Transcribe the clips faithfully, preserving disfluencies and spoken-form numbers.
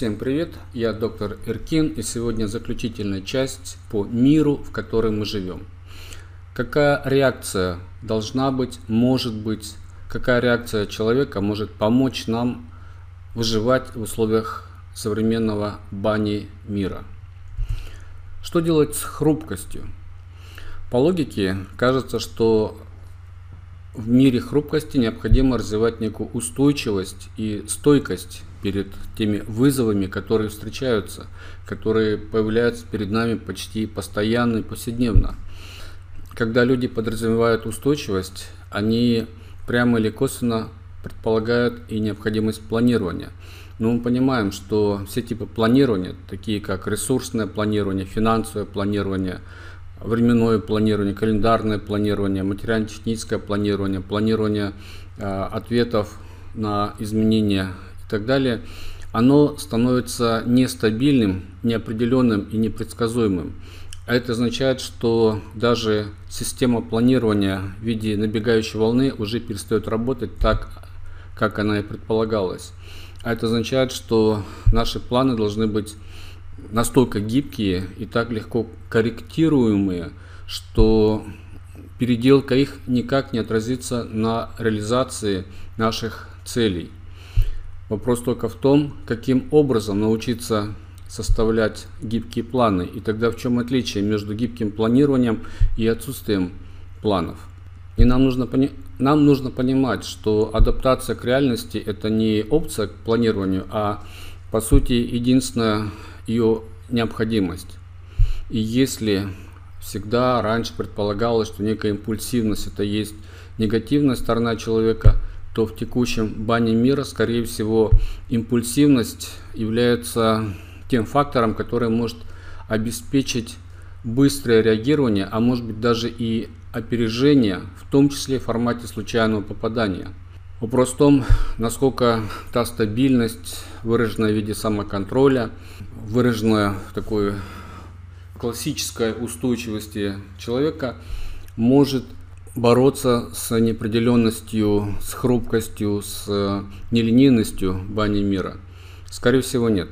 Всем привет, я доктор Эркин, и сегодня заключительная часть по миру, в котором мы живем. Какая реакция должна быть, может быть, какая реакция человека может помочь нам выживать в условиях современного бани мира? Что делать с хрупкостью? По логике кажется, что в мире хрупкости необходимо развивать некую устойчивость и стойкость перед теми вызовами, которые встречаются, которые появляются перед нами почти постоянно и повседневно. Когда люди подразумевают устойчивость, они прямо или косвенно предполагают и необходимость планирования. Но мы понимаем, что все типы планирования, такие как ресурсное планирование, финансовое планирование, временное планирование, календарное планирование, материально-техническое планирование, планирование э, ответов на изменения и так далее, оно становится нестабильным, неопределенным и непредсказуемым. А это означает, что даже система планирования в виде набегающей волны уже перестает работать так, как она и предполагалась. А это означает, что наши планы должны быть настолько гибкие и так легко корректируемые, что переделка их никак не отразится на реализации наших целей. Вопрос только в том, каким образом научиться составлять гибкие планы, и тогда в чем отличие между гибким планированием и отсутствием планов. И нам нужно, пони- нам нужно понимать, что адаптация к реальности – это не опция к планированию, а по сути единственная ее необходимость. И если всегда раньше предполагалось, что некая импульсивность это есть негативная сторона человека, то в текущем бане мира, скорее всего, импульсивность является тем фактором, который может обеспечить быстрое реагирование, а может быть даже и опережение, в том числе в формате случайного попадания. Вопрос в том, насколько та стабильность, выраженная в виде самоконтроля, выраженная в такой классической устойчивости человека, может бороться с неопределенностью, с хрупкостью, с нелинейностью бани мира. Скорее всего, нет.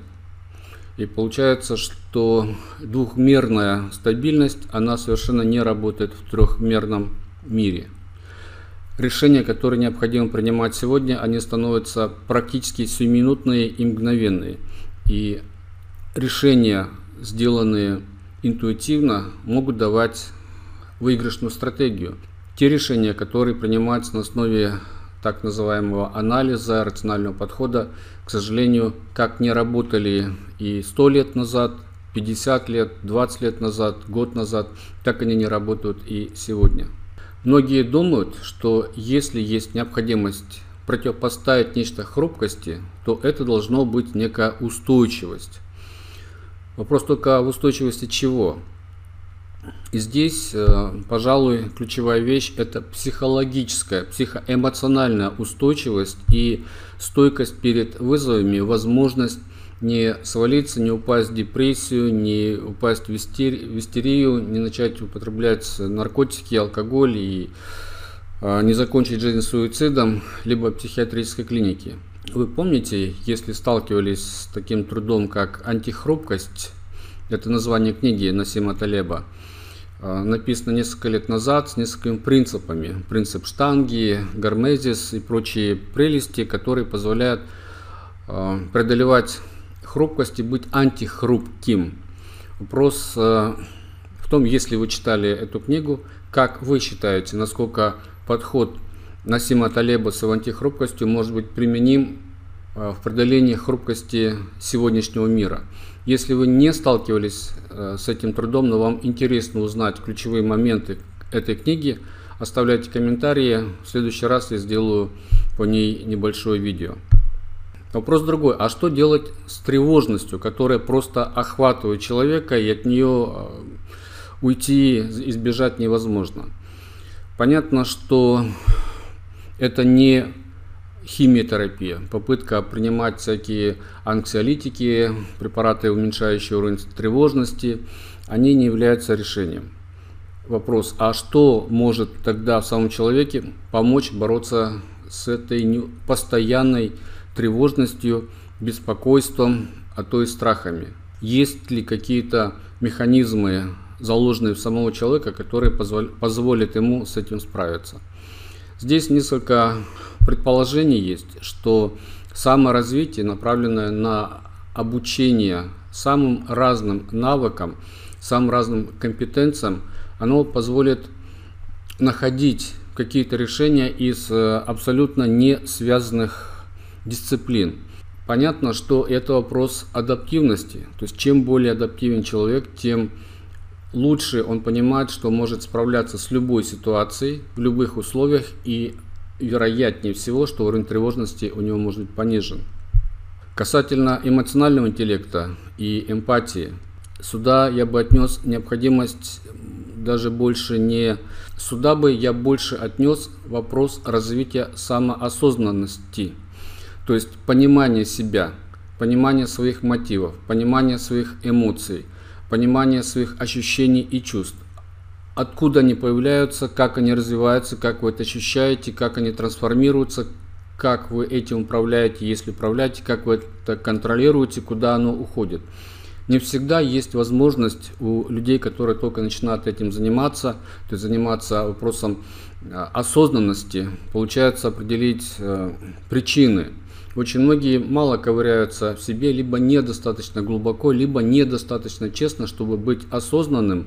И получается, что двухмерная стабильность, она совершенно не работает в трехмерном мире. Решения, которые необходимо принимать сегодня, они становятся практически сиюминутные и мгновенные. И решения, сделанные интуитивно, могут давать выигрышную стратегию. Те решения, которые принимаются на основе так называемого анализа, рационального подхода, к сожалению, как не работали и сто лет назад, пятьдесят лет, двадцать лет назад, год назад, так они не работают и сегодня. Многие думают, что если есть необходимость противопоставить нечто хрупкости, то это должно быть некая устойчивость. Вопрос только в устойчивости чего? И здесь, пожалуй, ключевая вещь – это психологическая, психоэмоциональная устойчивость и стойкость перед вызовами, возможность не свалиться, не упасть в депрессию, не упасть в истерию, не начать употреблять наркотики, алкоголь и не закончить жизнь суицидом, либо в психиатрической клинике. Вы помните, если сталкивались с таким трудом, как «Антихрупкость», это название книги Насима Талеба, написано несколько лет назад с несколькими принципами. Принцип штанги, гармезис и прочие прелести, которые позволяют преодолевать хрупкость и быть антихрупким. Вопрос в том, если вы читали эту книгу, как вы считаете, насколько подход Насима Талеба с его антихрупкостью может быть применим в преодолении хрупкости сегодняшнего мира. Если вы не сталкивались с этим трудом, но вам интересно узнать ключевые моменты этой книги, оставляйте комментарии. В следующий раз я сделаю по ней небольшое видео. Вопрос другой. А что делать с тревожностью, которая просто охватывает человека, и от нее уйти, избежать невозможно? Понятно, что это не химиотерапия, попытка принимать всякие анксиолитики, препараты, уменьшающие уровень тревожности, они не являются решением. Вопрос, а что может тогда в самом человеке помочь бороться с этой постоянной тревожностью, беспокойством, а то и страхами. Есть ли какие-то механизмы, заложенные в самого человека, которые позволят ему с этим справиться? Здесь несколько предположений есть, что саморазвитие, направленное на обучение самым разным навыкам, самым разным компетенциям, оно позволит находить какие-то решения из абсолютно не связанных дисциплин. Понятно, что это вопрос адаптивности. То есть чем более адаптивен человек, тем лучше он понимает, что может справляться с любой ситуацией, в любых условиях, и вероятнее всего, что уровень тревожности у него может быть понижен. Касательно эмоционального интеллекта и эмпатии, сюда я бы отнес необходимость даже больше не... Сюда бы я больше отнес вопрос развития самоосознанности. То есть понимание себя, понимание своих мотивов, понимание своих эмоций, понимание своих ощущений и чувств. Откуда они появляются, как они развиваются, как вы это ощущаете, как они трансформируются, как вы этим управляете, если управляете, как вы это контролируете, куда оно уходит. Не всегда есть возможность у людей, которые только начинают этим заниматься, то есть заниматься вопросом осознанности, получается определить э, причины. Очень многие мало ковыряются в себе, либо недостаточно глубоко, либо недостаточно честно, чтобы быть осознанным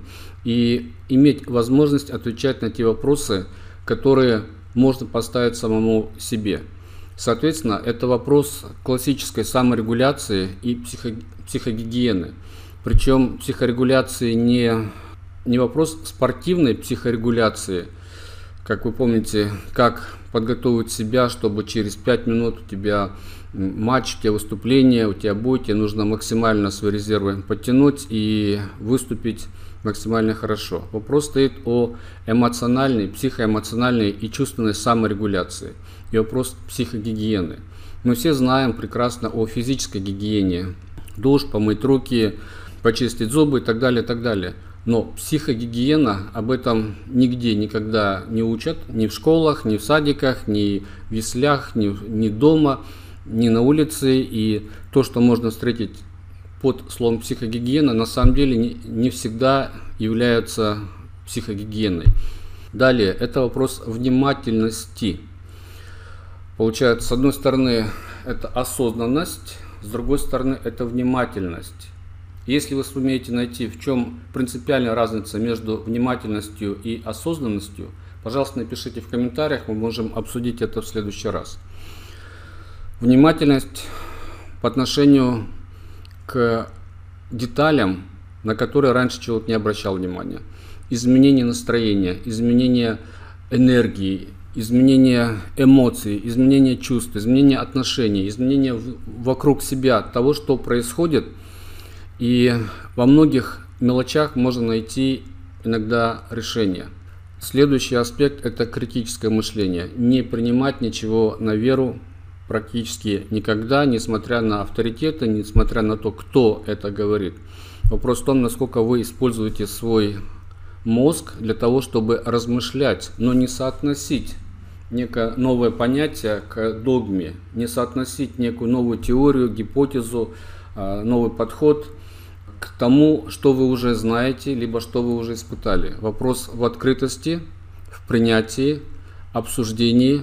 и иметь возможность отвечать на те вопросы, которые можно поставить самому себе. Соответственно, это вопрос классической саморегуляции и психо, психогигиены. Причем психорегуляции не, не вопрос спортивной психорегуляции. Как вы помните, как подготовить себя, чтобы через пять минут у тебя матч, у тебя выступление, у тебя бой, тебе нужно максимально свои резервы подтянуть и выступить максимально хорошо. Вопрос стоит о эмоциональной, психоэмоциональной и чувственной саморегуляции. И вопрос психогигиены. Мы все знаем прекрасно о физической гигиене. Душ, помыть руки, почистить зубы и так далее, и так далее. Но психогигиена, об этом нигде никогда не учат, ни в школах, ни в садиках, ни в яслях, ни, ни дома, ни на улице. И то, что можно встретить под словом психогигиена, на самом деле не, не всегда является психогигиеной. Далее, это вопрос внимательности. Получается, с одной стороны, это осознанность, с другой стороны, это внимательность. Если вы сумеете найти, в чем принципиальная разница между внимательностью и осознанностью, пожалуйста, напишите в комментариях, мы можем обсудить это в следующий раз. Внимательность по отношению к деталям, на которые раньше человек не обращал внимания. Изменение настроения, изменение энергии, изменение эмоций, изменение чувств, изменение отношений, изменение вокруг себя того, что происходит. И во многих мелочах можно найти иногда решение. Следующий аспект – это критическое мышление. Не принимать ничего на веру практически никогда, несмотря на авторитеты, несмотря на то, кто это говорит. Вопрос в том, насколько вы используете свой мозг для того, чтобы размышлять, но не соотносить некое новое понятие к догме, не соотносить некую новую теорию, гипотезу, новый подход к тому, что вы уже знаете, либо что вы уже испытали. Вопрос в открытости, в принятии, обсуждении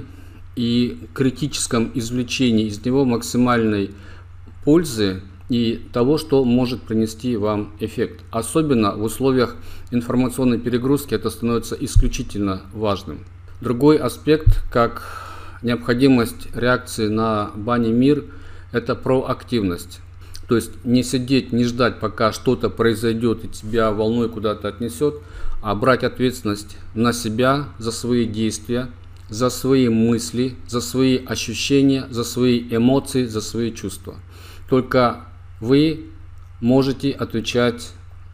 и критическом извлечении из него максимальной пользы и того, что может принести вам эффект. Особенно в условиях информационной перегрузки это становится исключительно важным. Другой аспект, как необходимость реакции на Бани Мир, это проактивность. То есть не сидеть, не ждать, пока что-то произойдет и тебя волной куда-то отнесет, а брать ответственность на себя за свои действия, за свои мысли, за свои ощущения, за свои эмоции, за свои чувства. Только вы можете отвечать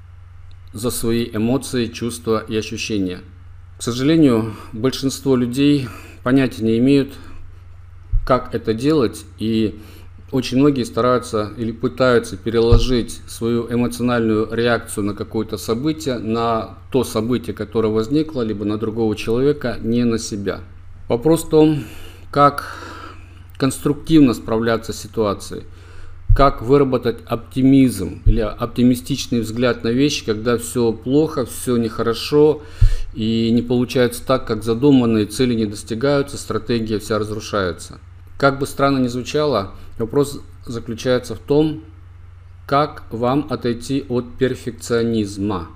за свои эмоции, чувства и ощущения. К сожалению, большинство людей понятия не имеют, как это делать, и очень многие стараются или пытаются переложить свою эмоциональную реакцию на какое-то событие, на то событие, которое возникло, либо на другого человека, не на себя. Вопрос в том, как конструктивно справляться с ситуацией. как выработать оптимизм или оптимистичный взгляд на вещи, когда все плохо, все нехорошо и не получается так, как задумано, и цели не достигаются, стратегия вся разрушается. Как бы странно ни звучало, вопрос заключается в том, как вам отойти от перфекционизма.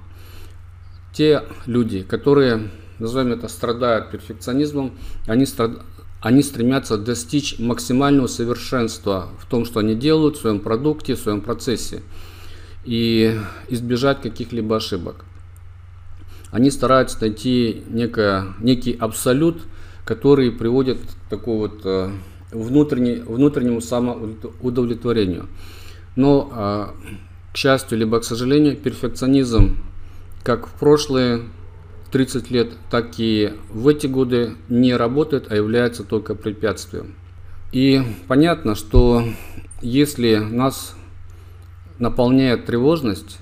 Те люди, которые, назовем это, страдают перфекционизмом, они, страд... они стремятся достичь максимального совершенства в том, что они делают, в своем продукте, в своем процессе, и избежать каких-либо ошибок. Они стараются найти некое, некий абсолют, который приводит к такой вот внутренний, внутреннему самоудовлетворению. Но, к счастью, либо к сожалению, перфекционизм как в прошлые тридцать лет, так и в эти годы не работает, а является только препятствием. И понятно, что если нас наполняет тревожность,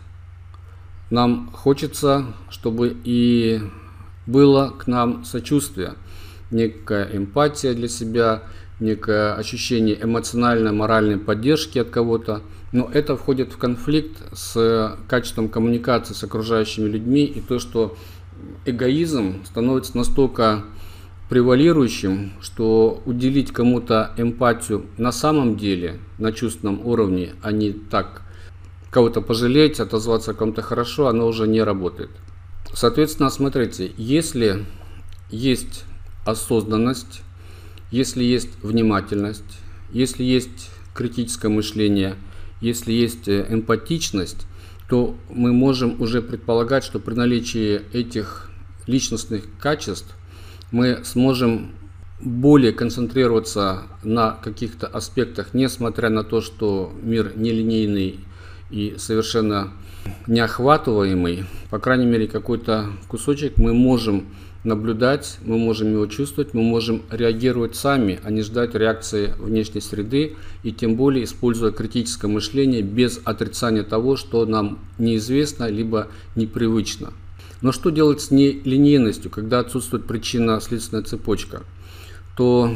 нам хочется, чтобы и было к нам сочувствие, некая эмпатия для себя, некое ощущение эмоциональной, моральной поддержки от кого-то. Но это входит в конфликт с качеством коммуникации с окружающими людьми, и то, что эгоизм становится настолько превалирующим, что уделить кому-то эмпатию на самом деле, на чувственном уровне, а не так кого-то пожалеть, отозваться о ком-то хорошо, оно уже не работает. Соответственно, смотрите, если есть осознанность, если есть внимательность, если есть критическое мышление, если есть эмпатичность, то мы можем уже предполагать, что при наличии этих личностных качеств мы сможем более концентрироваться на каких-то аспектах, несмотря на то, что мир нелинейный и совершенно неохватываемый. По крайней мере, какой-то кусочек мы можем наблюдать, мы можем его чувствовать, мы можем реагировать сами, а не ждать реакции внешней среды, и тем более используя критическое мышление без отрицания того, что нам неизвестно либо непривычно. Но что делать с нелинейностью, когда отсутствует причинно-следственная цепочка? То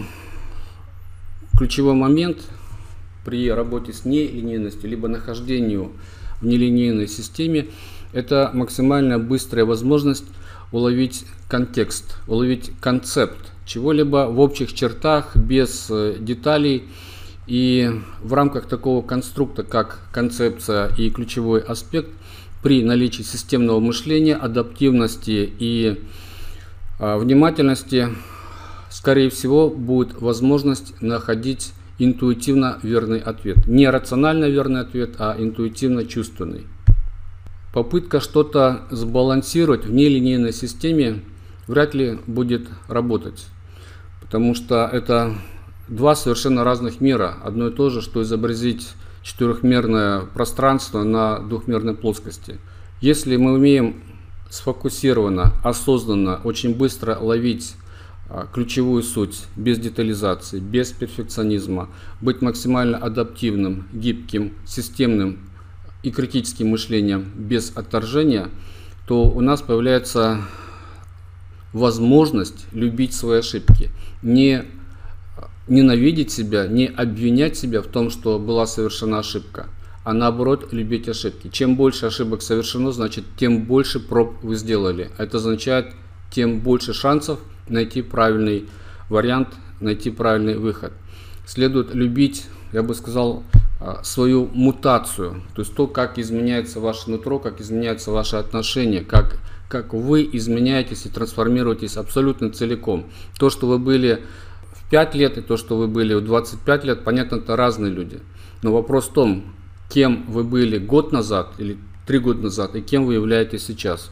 ключевой момент при работе с нелинейностью либо нахождению в нелинейной системе – это максимально быстрая возможность уловить контекст, уловить концепт чего-либо в общих чертах, без деталей. И в рамках такого конструкта, как концепция и ключевой аспект, при наличии системного мышления, адаптивности и а, внимательности, скорее всего, будет возможность находить интуитивно верный ответ. Не рационально верный ответ, а интуитивно чувственный. Попытка что-то сбалансировать в нелинейной системе вряд ли будет работать, потому что это два совершенно разных мира. Одно и то же, что изобразить четырехмерное пространство на двухмерной плоскости. Если мы умеем сфокусированно, осознанно, очень быстро ловить а, ключевую суть, без детализации, без перфекционизма, быть максимально адаптивным, гибким, системным и критическим мышлением без отторжения, то у нас появляется возможность любить свои ошибки, не ненавидеть себя, не обвинять себя в том, что была совершена ошибка, а наоборот любить ошибки. Чем больше ошибок совершено, значит, тем больше проб вы сделали. Это означает, тем больше шансов найти правильный вариант, найти правильный выход. Следует любить, я бы сказал, свою мутацию, то есть то, как изменяется ваше нутро, как изменяются ваши отношения, как, как вы изменяетесь и трансформируетесь абсолютно целиком. То, что вы были в пять лет, и то, что вы были в двадцать пять лет, понятно, это разные люди. Но вопрос в том, кем вы были год назад или три года назад, и кем вы являетесь сейчас.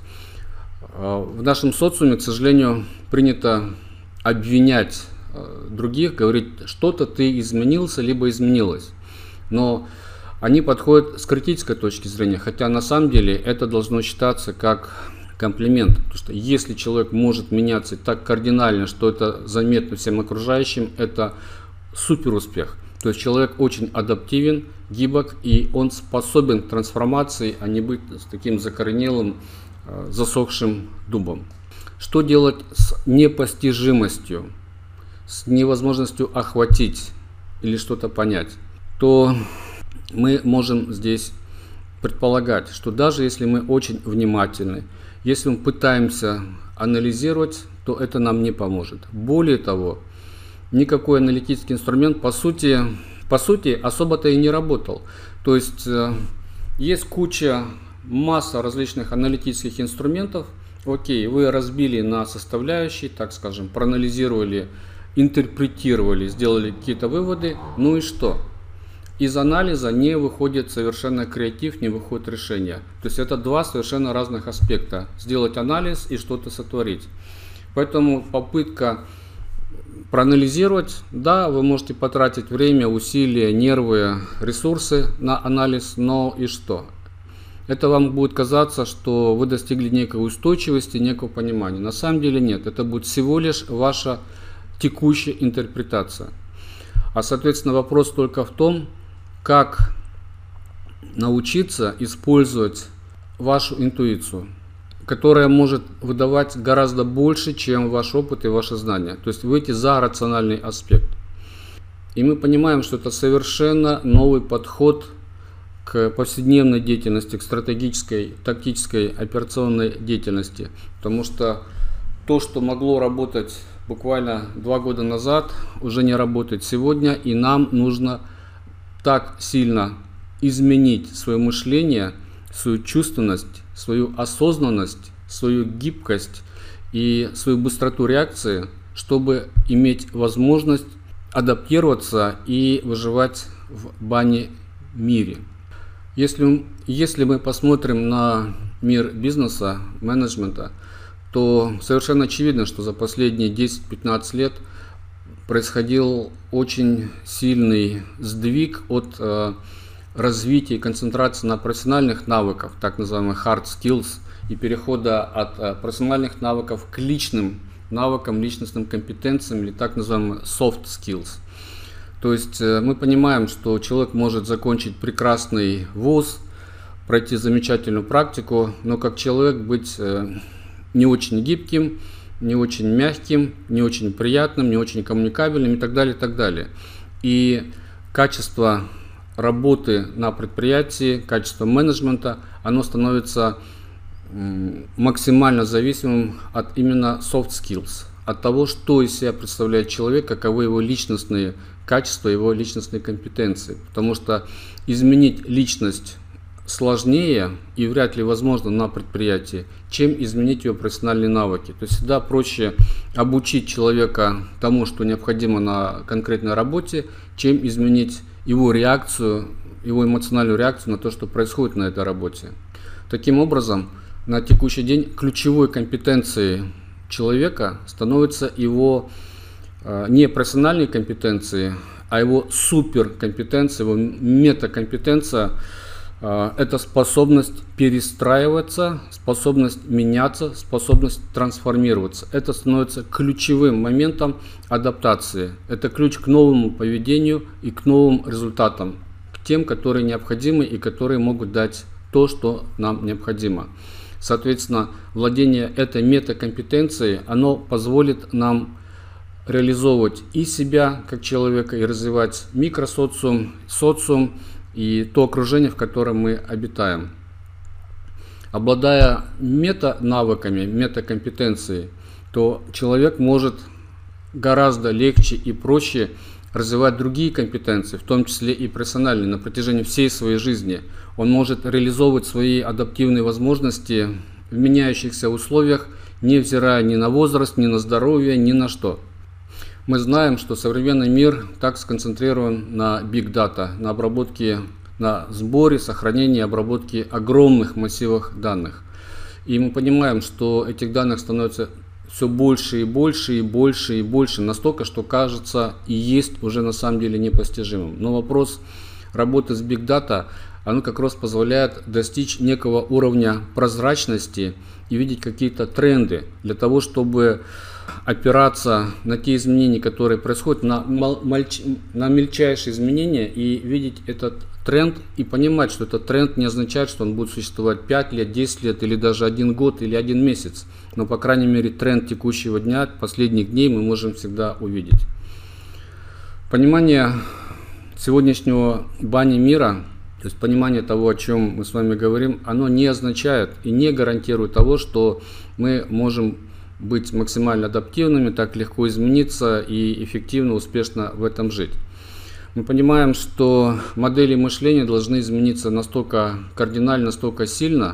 В нашем социуме, к сожалению, принято обвинять других, говорить, что-то ты изменился, либо изменилось. Но они подходят с критической точки зрения, хотя на самом деле это должно считаться как комплимент. Потому что если человек может меняться так кардинально, что это заметно всем окружающим, это супер успех. То есть человек очень адаптивен, гибок, и он способен к трансформации, а не быть с таким закоренелым, засохшим дубом. Что делать с непостижимостью, с невозможностью охватить или что-то понять? То мы можем здесь предполагать, что даже если мы очень внимательны, если мы пытаемся анализировать, то это нам не поможет. Более того, никакой аналитический инструмент по сути, по сути особо-то и не работал. То есть есть куча, масса различных аналитических инструментов. Окей, вы разбили на составляющие, так скажем, проанализировали, интерпретировали, сделали какие-то выводы. Ну и что? Из анализа не выходит совершенно креатив, не выходит решение. То есть это два совершенно разных аспекта. Сделать анализ и что-то сотворить. Поэтому попытка проанализировать, да, вы можете потратить время, усилия, нервы, ресурсы на анализ, но и что? Это вам будет казаться, что вы достигли некой устойчивости, некого понимания. На самом деле нет, это будет всего лишь ваша текущая интерпретация. А соответственно вопрос только в том, как научиться использовать вашу интуицию, которая может выдавать гораздо больше, чем ваш опыт и ваши знания. То есть выйти за рациональный аспект. И мы понимаем, что это совершенно новый подход к повседневной деятельности, к стратегической, тактической, операционной деятельности. Потому что то, что могло работать буквально два года назад, уже не работает сегодня. И нам нужно так сильно изменить свое мышление, свою чувственность, свою осознанность, свою гибкость и свою быстроту реакции, чтобы иметь возможность адаптироваться и выживать в бане мире. Если, если мы посмотрим на мир бизнеса, менеджмента, то совершенно очевидно, что за последние десять-пятнадцать лет происходил очень сильный сдвиг от э, развития и концентрации на профессиональных навыках, так называемых hard skills, и перехода от э, профессиональных навыков к личным навыкам, личностным компетенциям или так называемым soft skills. То есть э, мы понимаем, что человек может закончить прекрасный вуз, пройти замечательную практику, но как человек быть э, не очень гибким, не очень мягким, не очень приятным, не очень коммуникабельным и так далее, и так далее. И качество работы на предприятии, качество менеджмента, оно становится максимально зависимым от именно soft skills, от того, что из себя представляет человек, каковы его личностные качества, его личностные компетенции. Потому что изменить личность сложнее и вряд ли возможно на предприятии, чем изменить ее профессиональные навыки. То есть всегда проще обучить человека тому, что необходимо на конкретной работе, чем изменить его реакцию, его эмоциональную реакцию на то, что происходит на этой работе. Таким образом, на текущий день ключевой компетенцией человека становятся его э, не профессиональные компетенции, а его суперкомпетенция, его метакомпетенция. Это способность перестраиваться, способность меняться, способность трансформироваться. Это становится ключевым моментом адаптации. Это ключ к новому поведению и к новым результатам, к тем, которые необходимы и которые могут дать то, что нам необходимо. Соответственно, владение этой метакомпетенцией, оно позволит нам реализовывать и себя как человека, и развивать микросоциум, социум, и то окружение, в котором мы обитаем. Обладая мета-навыками, метакомпетенцией, то человек может гораздо легче и проще развивать другие компетенции, в том числе и профессиональные, на протяжении всей своей жизни. Он может реализовывать свои адаптивные возможности в меняющихся условиях, невзирая ни на возраст, ни на здоровье, ни на что. Мы знаем, что современный мир так сконцентрирован на Big Data, на обработке, на сборе, сохранении и обработке огромных массивов данных. И мы понимаем, что этих данных становится все больше и больше и больше и больше, настолько, что кажется и есть уже на самом деле непостижимым. Но вопрос работы с Big Data, оно как раз позволяет достичь некого уровня прозрачности и видеть какие-то тренды для того, чтобы опираться на те изменения, которые происходят, на, на мельчайшие изменения и видеть этот тренд и понимать, что этот тренд не означает, что он будет существовать пять лет, десять лет или даже один год или один месяц. Но, по крайней мере, тренд текущего дня, последних дней мы можем всегда увидеть. Понимание сегодняшнего бани мира То есть понимание того, о чем мы с вами говорим, оно не означает и не гарантирует того, что мы можем быть максимально адаптивными, так легко измениться и эффективно, успешно в этом жить. Мы понимаем, что модели мышления должны измениться настолько кардинально, настолько сильно,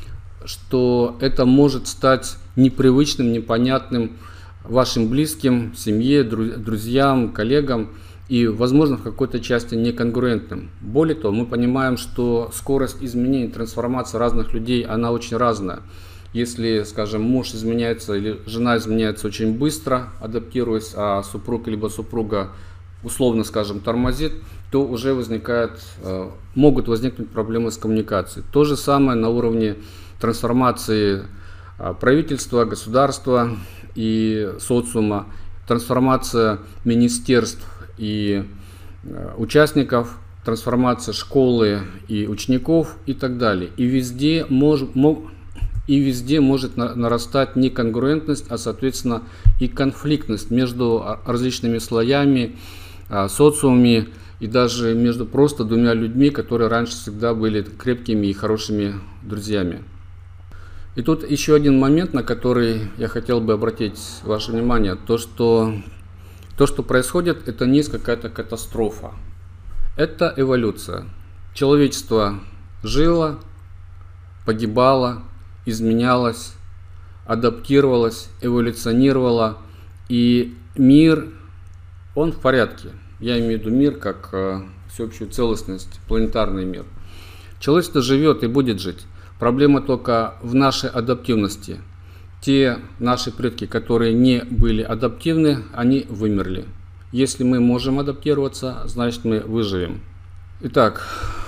что это может стать непривычным, непонятным вашим близким, семье, друзьям, коллегам и, возможно, в какой-то части неконгруентным. Более того, мы понимаем, что скорость изменений, трансформации разных людей, она очень разная. Если, скажем, муж изменяется или жена изменяется очень быстро, адаптируясь, а супруг либо супруга условно, скажем, тормозит, то уже возникает, могут возникнуть проблемы с коммуникацией. То же самое на уровне трансформации правительства, государства и социума, трансформация министерств и участников, трансформация школы и учеников и так далее. И везде, мож, мог, и везде может нарастать не конгруентность, а, соответственно, и конфликтность между различными слоями, социумами и даже между просто двумя людьми, которые раньше всегда были крепкими и хорошими друзьями. И тут еще один момент, на который я хотел бы обратить ваше внимание. То, что, то, что происходит, это не какая-то катастрофа. Это эволюция. Человечество жило, погибало, изменялось, адаптировалось, эволюционировало. И мир, он в порядке. Я имею в виду мир как э, всеобщую целостность, планетарный мир. Человечество живет и будет жить. Проблема только в нашей адаптивности. Те наши предки, которые не были адаптивны, они вымерли. Если мы можем адаптироваться, значит мы выживем. Итак,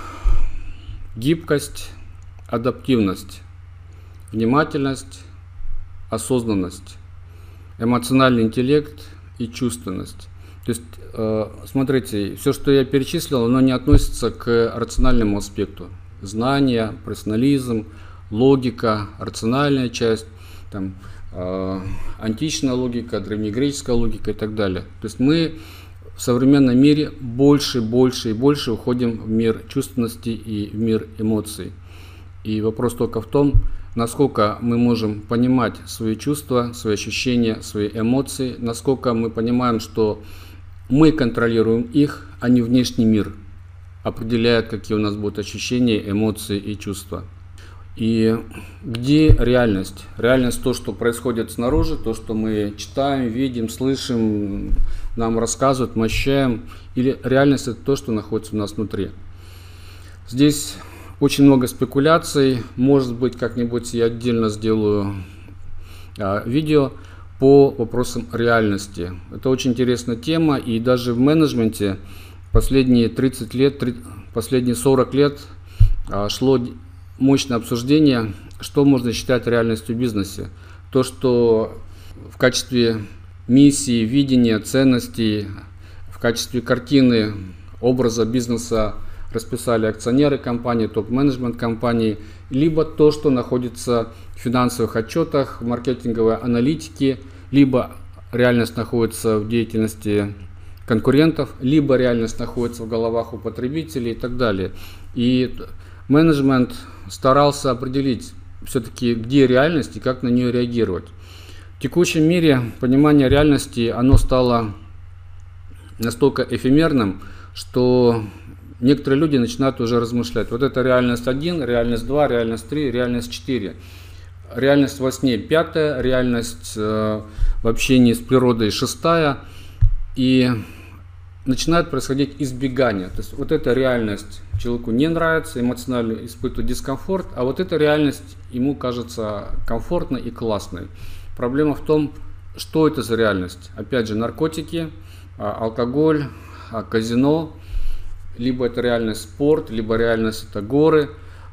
гибкость, адаптивность, внимательность, осознанность, эмоциональный интеллект и чувственность. То есть, э, смотрите, все, что я перечислил, оно не относится к рациональному аспекту. Знания, профессионализм, логика, рациональная часть, там, э, античная логика, древнегреческая логика и так далее. То есть мы в современном мире больше, больше и больше уходим в мир чувственности и в мир эмоций. И вопрос только в том, насколько мы можем понимать свои чувства, свои ощущения, свои эмоции, насколько мы понимаем, что мы контролируем их, а не внешний мир определяет, какие у нас будут ощущения, эмоции и чувства. И где реальность? Реальность то, что происходит снаружи, то, что мы читаем, видим, слышим, нам рассказывают, мы ощущаем. Или реальность это то, что находится у нас внутри. Здесь очень много спекуляций. Может быть, как-нибудь я отдельно сделаю а, видео по вопросам реальности. Это очень интересная тема. И даже в менеджменте последние тридцать лет, последние сорок лет а, шло мощное обсуждение, что можно считать реальностью в бизнесе. То, что в качестве миссии, видения, ценностей, в качестве картины, образа бизнеса расписали акционеры компании, топ-менеджмент компании, либо то, что находится в финансовых отчетах, в маркетинговой аналитике, либо реальность находится в деятельности конкурентов, либо реальность находится в головах у потребителей и так далее. И менеджмент старался определить все-таки, где реальность и как на нее реагировать. В текущем мире понимание реальности, оно стало настолько эфемерным, что некоторые люди начинают уже размышлять. Вот это реальность один, реальность два, реальность три, реальность четыре. Реальность во сне пятая, реальность э, в общении с природой шестая. И начинает происходить избегание. То есть вот эта реальность человеку не нравится, эмоционально испытывает дискомфорт, а вот эта реальность ему кажется комфортной и классной. Проблема в том, что это за реальность. Опять же, наркотики, алкоголь, казино, либо это реальность спорт, либо реальность это горы,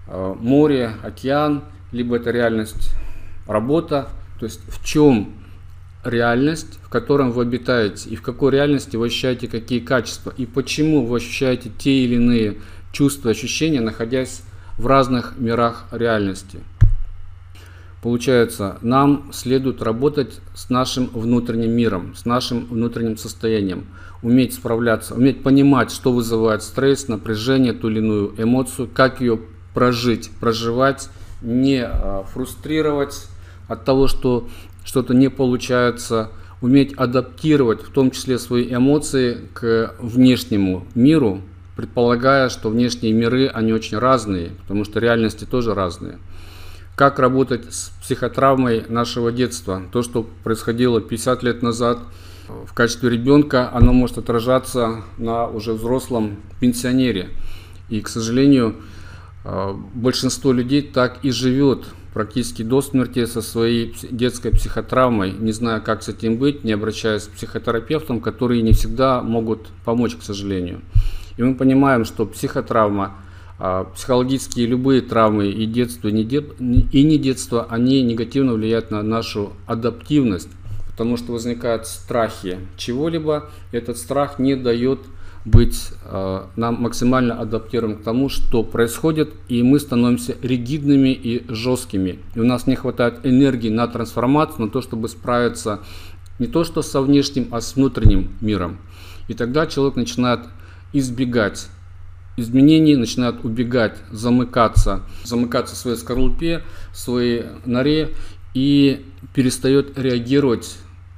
море, океан, либо это реальность работа. То есть в чем реальность, в котором вы обитаете, и в какой реальности вы ощущаете какие качества, и почему вы ощущаете те или иные чувства, ощущения, находясь в разных мирах реальности. Получается, нам следует работать с нашим внутренним миром, с нашим внутренним состоянием, уметь справляться, уметь понимать, что вызывает стресс, напряжение, ту или иную эмоцию, как ее прожить, проживать, не фрустрировать от того, что что-то не получается, уметь адаптировать в том числе свои эмоции к внешнему миру, предполагая, что внешние миры, они очень разные, потому что реальности тоже разные. Как работать с психотравмой нашего детства? То, что происходило пятьдесят лет назад в качестве ребенка, оно может отражаться на уже взрослом пенсионере. И, к сожалению, большинство людей так и живет практически до смерти со своей детской психотравмой, не зная, как с этим быть, не обращаясь к психотерапевтам, которые не всегда могут помочь, к сожалению. И мы понимаем, что психотравма, психологические любые травмы и детство, и не детство, они негативно влияют на нашу адаптивность, потому что возникают страхи чего-либо. Этот страх не дает быть э, нам максимально адаптированным к тому, что происходит, и мы становимся ригидными и жесткими. И у нас не хватает энергии на трансформацию, на то, чтобы справиться не то что со внешним, а с внутренним миром. И тогда человек начинает избегать изменений, начинает убегать, замыкаться, замыкаться в своей скорлупе, в своей норе и перестает реагировать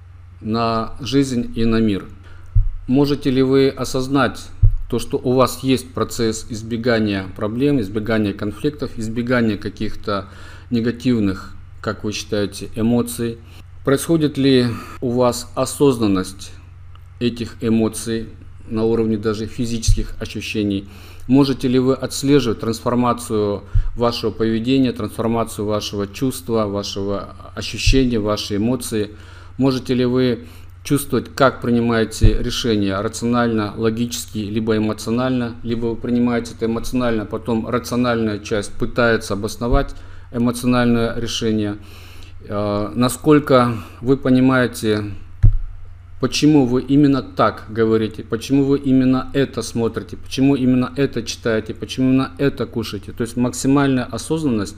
на жизнь и на мир. Можете ли вы осознать то, что у вас есть процесс избегания проблем, избегания конфликтов, избегания каких-то негативных, как вы считаете, эмоций? Происходит ли у вас осознанность этих эмоций на уровне даже физических ощущений? Можете ли вы отслеживать трансформацию вашего поведения, трансформацию вашего чувства, вашего ощущения, вашей эмоции? Можете ли вы чувствовать, как принимаете решения рационально, логически, либо эмоционально, либо вы принимаете это эмоционально, потом рациональная часть пытается обосновать эмоциональное решение. Насколько вы понимаете, почему вы именно так говорите, почему вы именно это смотрите, почему именно это читаете, почему именно это кушаете. То есть максимальная осознанность,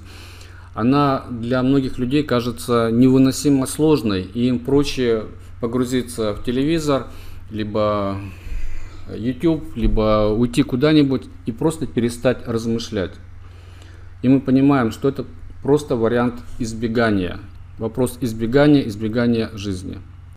она для многих людей кажется невыносимо сложной, и им проще погрузиться в телевизор, либо YouTube, либо уйти куда-нибудь и просто перестать размышлять. И мы понимаем, что это просто вариант избегания. Вопрос избегания, избегания жизни.